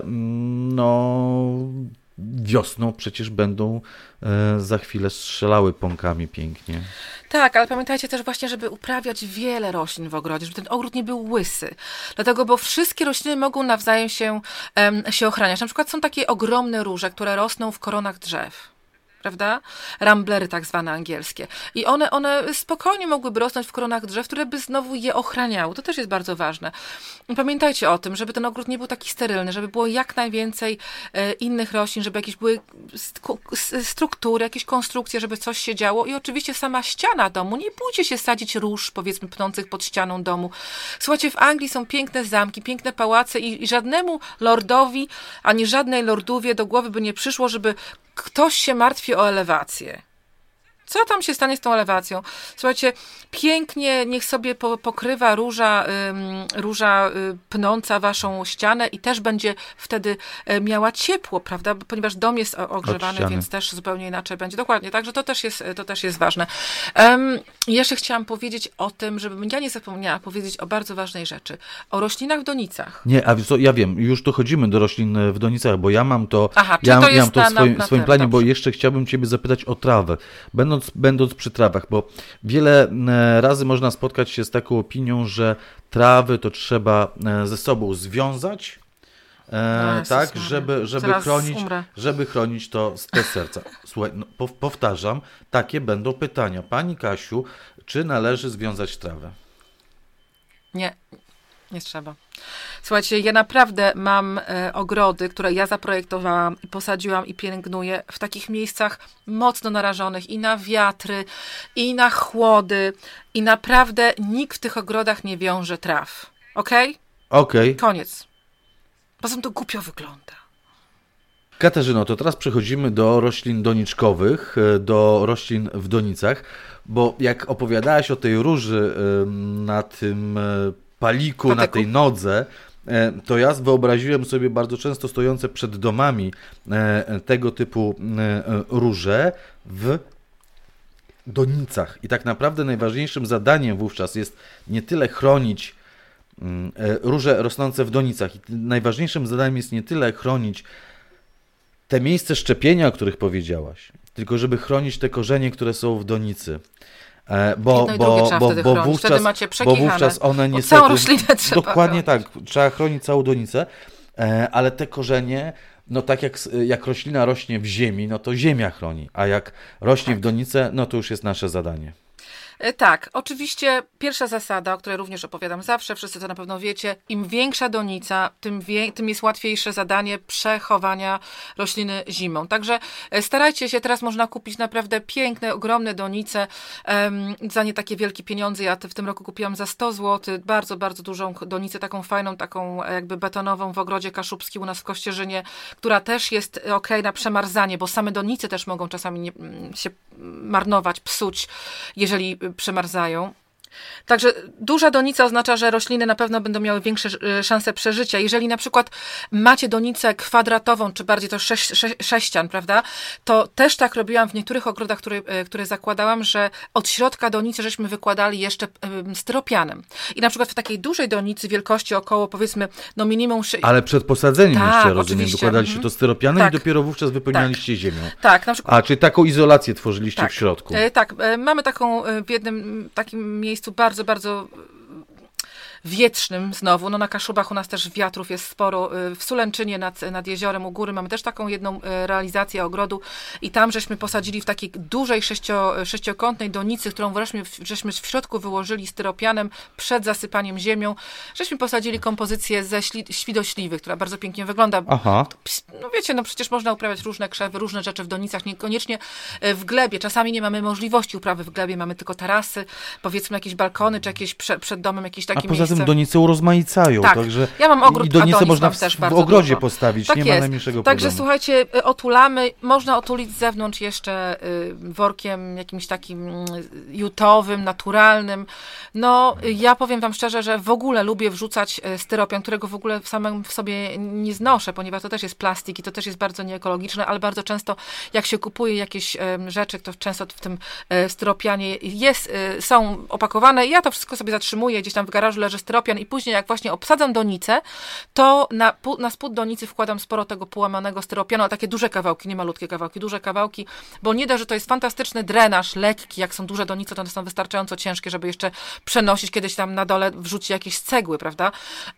wiosną przecież będą za chwilę strzelały pąkami pięknie. Tak, ale pamiętajcie też właśnie, żeby uprawiać wiele roślin w ogrodzie, żeby ten ogród nie był łysy. Dlatego, bo wszystkie rośliny mogą nawzajem się ochraniać. Na przykład są takie ogromne róże, które rosną w koronach drzew. Prawda? Ramblery tak zwane angielskie. I one spokojnie mogłyby rosnąć w koronach drzew, które by znowu je ochraniały. To też jest bardzo ważne. Pamiętajcie o tym, żeby ten ogród nie był taki sterylny, żeby było jak najwięcej innych roślin, żeby jakieś były struktury, jakieś konstrukcje, żeby coś się działo. I oczywiście sama ściana domu. Nie bójcie się sadzić róż, powiedzmy, pnących pod ścianą domu. Słuchajcie, w Anglii są piękne zamki, piękne pałace i żadnemu lordowi, ani żadnej lordówie do głowy by nie przyszło, żeby ktoś się martwi o elewację. Co tam się stanie z tą elewacją? Słuchajcie, pięknie niech sobie pokrywa róża pnąca waszą ścianę i też będzie wtedy miała ciepło, prawda? Ponieważ dom jest ogrzewany, więc też zupełnie inaczej będzie. Dokładnie, także to też jest ważne. Jeszcze chciałam powiedzieć o tym, żebym ja nie zapomniała powiedzieć o bardzo ważnej rzeczy. O roślinach w donicach. Nie, a co, ja wiem, już dochodzimy do roślin w donicach, bo ja mam to, Aha, ja to jest mam to w swoim planie, dobrze. bo jeszcze chciałbym ciebie zapytać o trawę. Będąc przy trawach, bo wiele razy można spotkać się z taką opinią, że trawy to trzeba ze sobą związać, tak, żeby chronić te serca. Słuchaj, no, powtarzam, takie będą pytania. Pani Kasiu, czy należy związać trawę? Nie trzeba. Słuchajcie, ja naprawdę mam ogrody, które ja zaprojektowałam i posadziłam i pielęgnuję w takich miejscach mocno narażonych i na wiatry, i na chłody. I naprawdę nikt w tych ogrodach nie wiąże traw. Okej? Okej. Koniec. Poza tym to głupio wygląda. Katarzyno, to teraz przechodzimy do roślin doniczkowych, do roślin w donicach, bo jak opowiadałaś o tej róży na tym paliku, na tej nodze, to ja wyobraziłem sobie bardzo często stojące przed domami tego typu róże w donicach. I tak naprawdę najważniejszym zadaniem wówczas jest nie tyle chronić róże rosnące w donicach. Najważniejszym zadaniem jest nie tyle chronić te miejsce szczepienia, o których powiedziałaś, tylko żeby chronić te korzenie, które są w donicy. Bo wówczas one niestety... Całą roślinę trzeba dokładnie chronić. tak, trzeba chronić całą donicę, ale te korzenie, no tak jak roślina rośnie w ziemi, no to ziemia chroni, a jak rośnie w donicę, no to już jest nasze zadanie. Tak, oczywiście pierwsza zasada, o której również opowiadam zawsze, wszyscy to na pewno wiecie, im większa donica, tym jest łatwiejsze zadanie przechowania rośliny zimą. Także starajcie się, teraz można kupić naprawdę piękne, ogromne donice za nie takie wielkie pieniądze. Ja w tym roku kupiłam za 100 zł bardzo, bardzo dużą donicę, taką fajną, taką jakby betonową w ogrodzie kaszubskim u nas w Kościerzynie, która też jest okej na przemarzanie, bo same donice też mogą czasami się marnować, psuć, jeżeli przemarzają. Także duża donica oznacza, że rośliny na pewno będą miały większe szanse przeżycia. Jeżeli na przykład macie donicę kwadratową, czy bardziej to sześcian, prawda, to też tak robiłam w niektórych ogrodach, które zakładałam, że od środka donicy żeśmy wykładali jeszcze styropianem. I na przykład w takiej dużej donicy wielkości około, powiedzmy, no minimum... Ale przed posadzeniem jeszcze, rozumiem, oczywiście. wykładaliście to styropianem Tak. i dopiero wówczas wypełnialiście ziemią. Tak, na przykład... czyli taką izolację tworzyliście w środku. Tak, mamy taką w jednym takim miejscu bardzo, bardzo wietrznym znowu. No na Kaszubach u nas też wiatrów jest sporo. W Sulęczynie nad jeziorem u góry mamy też taką jedną realizację ogrodu i tam żeśmy posadzili w takiej dużej sześciokątnej donicy, którą żeśmy w środku wyłożyli styropianem przed zasypaniem ziemią. Żeśmy posadzili kompozycję ze świdośliwy, która bardzo pięknie wygląda. Aha. No wiecie, no przecież można uprawiać różne krzewy, różne rzeczy w donicach, niekoniecznie w glebie. Czasami nie mamy możliwości uprawy w glebie, mamy tylko tarasy, powiedzmy jakieś balkony, czy jakieś przed domem jakieś takie miejsce. Donice urozmaicają, tak. Także ja mam ogród, i donice można też w ogrodzie dużo postawić, tak nie jest. ma najmniejszego Także problemu. słuchajcie, otulamy, można otulić z zewnątrz jeszcze workiem jakimś takim jutowym, naturalnym. No, ja powiem wam szczerze, że w ogóle lubię wrzucać styropian, którego w ogóle samym w sobie nie znoszę, ponieważ to też jest plastik i to też jest bardzo nieekologiczne, ale bardzo często jak się kupuje jakieś rzeczy, to często w tym styropianie są opakowane i ja to wszystko sobie zatrzymuję, gdzieś tam w garażu leży styropian i później jak właśnie obsadzam donicę, to na spód donicy wkładam sporo tego połamanego styropianu, ale takie duże kawałki, nie malutkie kawałki, duże kawałki, bo nie da, że to jest fantastyczny drenaż, lekki, jak są duże donice, to one są wystarczająco ciężkie, żeby jeszcze przenosić, kiedyś tam na dole wrzucić jakieś cegły, prawda?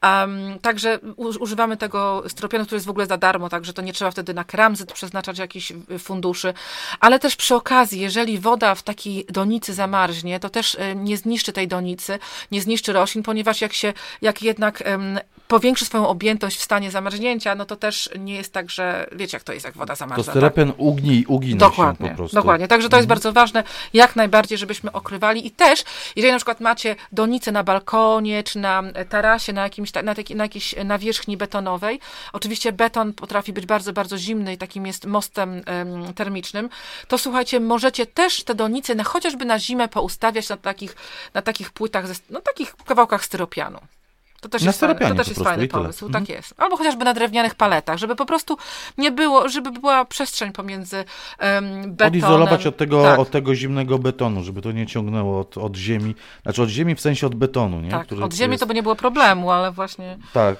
Także używamy tego styropianu, który jest w ogóle za darmo, także to nie trzeba wtedy na keramzyt przeznaczać jakichś funduszy, ale też przy okazji, jeżeli woda w takiej donicy zamarznie, to też nie zniszczy tej donicy, nie zniszczy roślin, ponieważ jak jednak powiększy swoją objętość w stanie zamarznięcia, no to też nie jest tak, że wiecie jak to jest, jak woda zamarzła. To styropian ugina się po prostu. Dokładnie, także to jest bardzo ważne, jak najbardziej, żebyśmy okrywali i też, jeżeli na przykład macie donicę na balkonie, czy na tarasie, na jakiejś nawierzchni betonowej, oczywiście beton potrafi być bardzo, bardzo zimny i takim jest mostem termicznym, to słuchajcie, możecie też te donice chociażby na zimę poustawiać na takich płytach, takich kawałkach styropianu. To też jest fajny pomysł, tak jest. Albo chociażby na drewnianych paletach, żeby po prostu nie było, żeby była przestrzeń pomiędzy betonem. Odizolować od tego zimnego betonu, żeby to nie ciągnęło od ziemi, znaczy od ziemi w sensie od betonu, nie? Tak, od ziemi to by nie było problemu, ale właśnie... Tak.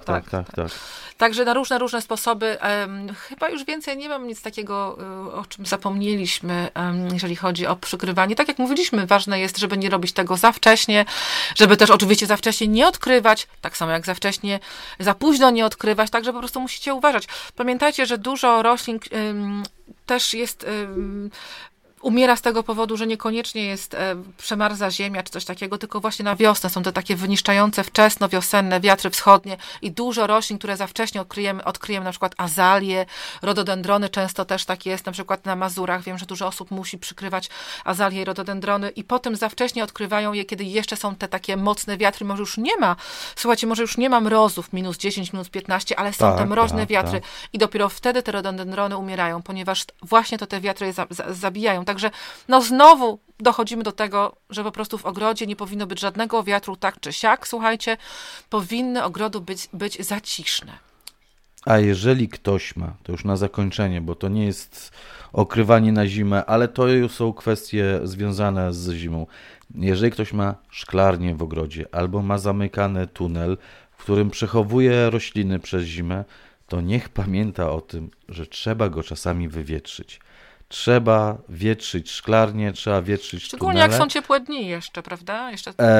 Także na różne sposoby. Chyba już więcej nie mam nic takiego, o czym zapomnieliśmy, jeżeli chodzi o przykrywanie. Tak jak mówiliśmy, ważne jest, żeby nie robić tego za wcześnie, żeby też oczywiście za wcześnie nie odkrywać, tak samo jak za późno nie odkrywać, także po prostu musicie uważać. Pamiętajcie, że dużo roślin też jest... umiera z tego powodu, że niekoniecznie jest przemarza ziemia czy coś takiego, tylko właśnie na wiosnę są te takie wyniszczające wczesno-wiosenne wiatry wschodnie i dużo roślin, które za wcześnie odkryjemy na przykład azalie, rododendrony, często też tak jest, na przykład na Mazurach, wiem, że dużo osób musi przykrywać azalie i rododendrony i potem za wcześnie odkrywają je, kiedy jeszcze są te takie mocne wiatry, może już nie ma, słuchajcie, może już nie ma mrozów, -10, -15, ale są te mroźne wiatry i dopiero wtedy te rododendrony umierają, ponieważ właśnie to te wiatry je zabijają. Także znowu dochodzimy do tego, że po prostu w ogrodzie nie powinno być żadnego wiatru tak czy siak. Słuchajcie, powinny ogrody być zaciszne. A jeżeli ktoś ma, to już na zakończenie, bo to nie jest okrywanie na zimę, ale to już są kwestie związane z zimą. Jeżeli ktoś ma szklarnię w ogrodzie albo ma zamykany tunel, w którym przechowuje rośliny przez zimę, to niech pamięta o tym, że trzeba go czasami wywietrzyć. Trzeba wietrzyć szklarnię, trzeba wietrzyć szczególnie tunele. Jak są ciepłe dni jeszcze, prawda?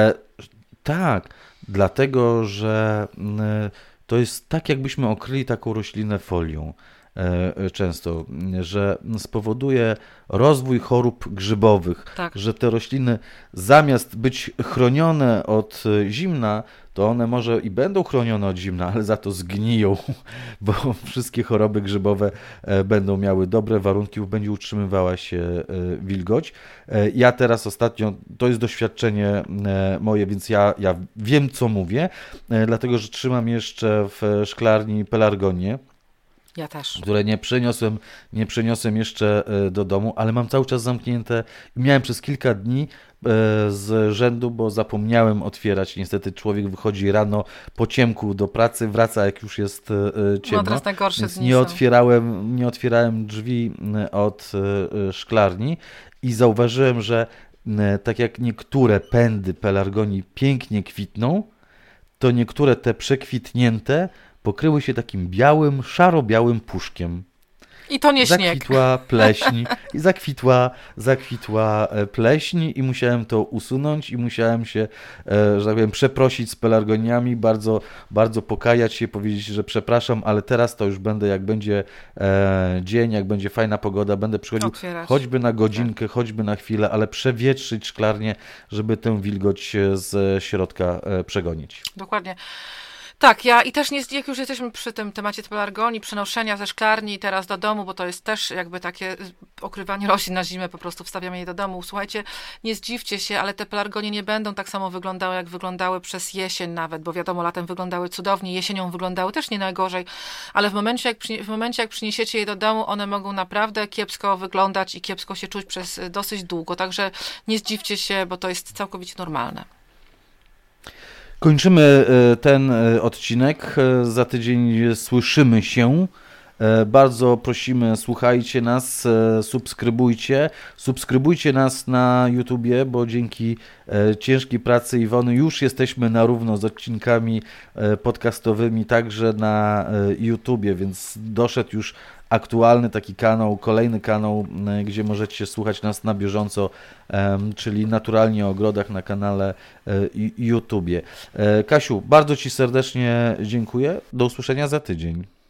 Tak, dlatego, że to jest tak, jakbyśmy okryli taką roślinę folią często, że spowoduje rozwój chorób grzybowych, że te rośliny zamiast być chronione od zimna, to one może i będą chronione od zimna, ale za to zgniją, bo wszystkie choroby grzybowe będą miały dobre warunki, bo będzie utrzymywała się wilgoć. Ja teraz ostatnio, to jest doświadczenie moje, więc ja wiem, co mówię, dlatego, że trzymam jeszcze w szklarni pelargonię. Ja też. Które nie przyniosłem jeszcze do domu, ale mam cały czas zamknięte. Miałem przez kilka dni z rzędu, bo zapomniałem otwierać. Niestety człowiek wychodzi rano po ciemku do pracy, wraca jak już jest ciemno. No teraz najgorsze więc dni nie otwierałem drzwi od szklarni i zauważyłem, że tak jak niektóre pędy pelargonii pięknie kwitną, to niektóre te przekwitnięte pokryły się takim białym, szaro-białym puszkiem. I to nie śnieg. Zakwitła pleśń. I zakwitła pleśń i musiałem to usunąć i musiałem się, że tak powiem, przeprosić z pelargoniami, bardzo, bardzo pokajać się, powiedzieć, że przepraszam, ale teraz to już będę, jak będzie dzień, jak będzie fajna pogoda, będę przychodził choćby na godzinkę, choćby na chwilę, ale przewietrzyć szklarnię, żeby tę wilgoć z środka przegonić. Dokładnie. Tak, i też jak już jesteśmy przy tym temacie pelargonii, przenoszenia ze szklarni teraz do domu, bo to jest też jakby takie okrywanie roślin na zimę, po prostu wstawiamy je do domu. Słuchajcie, nie zdziwcie się, ale te pelargonie nie będą tak samo wyglądały, jak wyglądały przez jesień nawet, bo wiadomo, latem wyglądały cudownie, jesienią wyglądały też nie najgorzej, ale w momencie, jak przyniesiecie je do domu, one mogą naprawdę kiepsko wyglądać i kiepsko się czuć przez dosyć długo, także nie zdziwcie się, bo to jest całkowicie normalne. Kończymy ten odcinek. Za tydzień słyszymy się. Bardzo prosimy, słuchajcie nas, subskrybujcie nas na YouTubie, bo dzięki ciężkiej pracy Iwony już jesteśmy na równo z odcinkami podcastowymi także na YouTubie, więc doszedł już aktualny taki kanał, kolejny kanał, gdzie możecie słuchać nas na bieżąco, czyli Naturalnie o ogrodach na kanale YouTubie. Kasiu, bardzo Ci serdecznie dziękuję. Do usłyszenia za tydzień.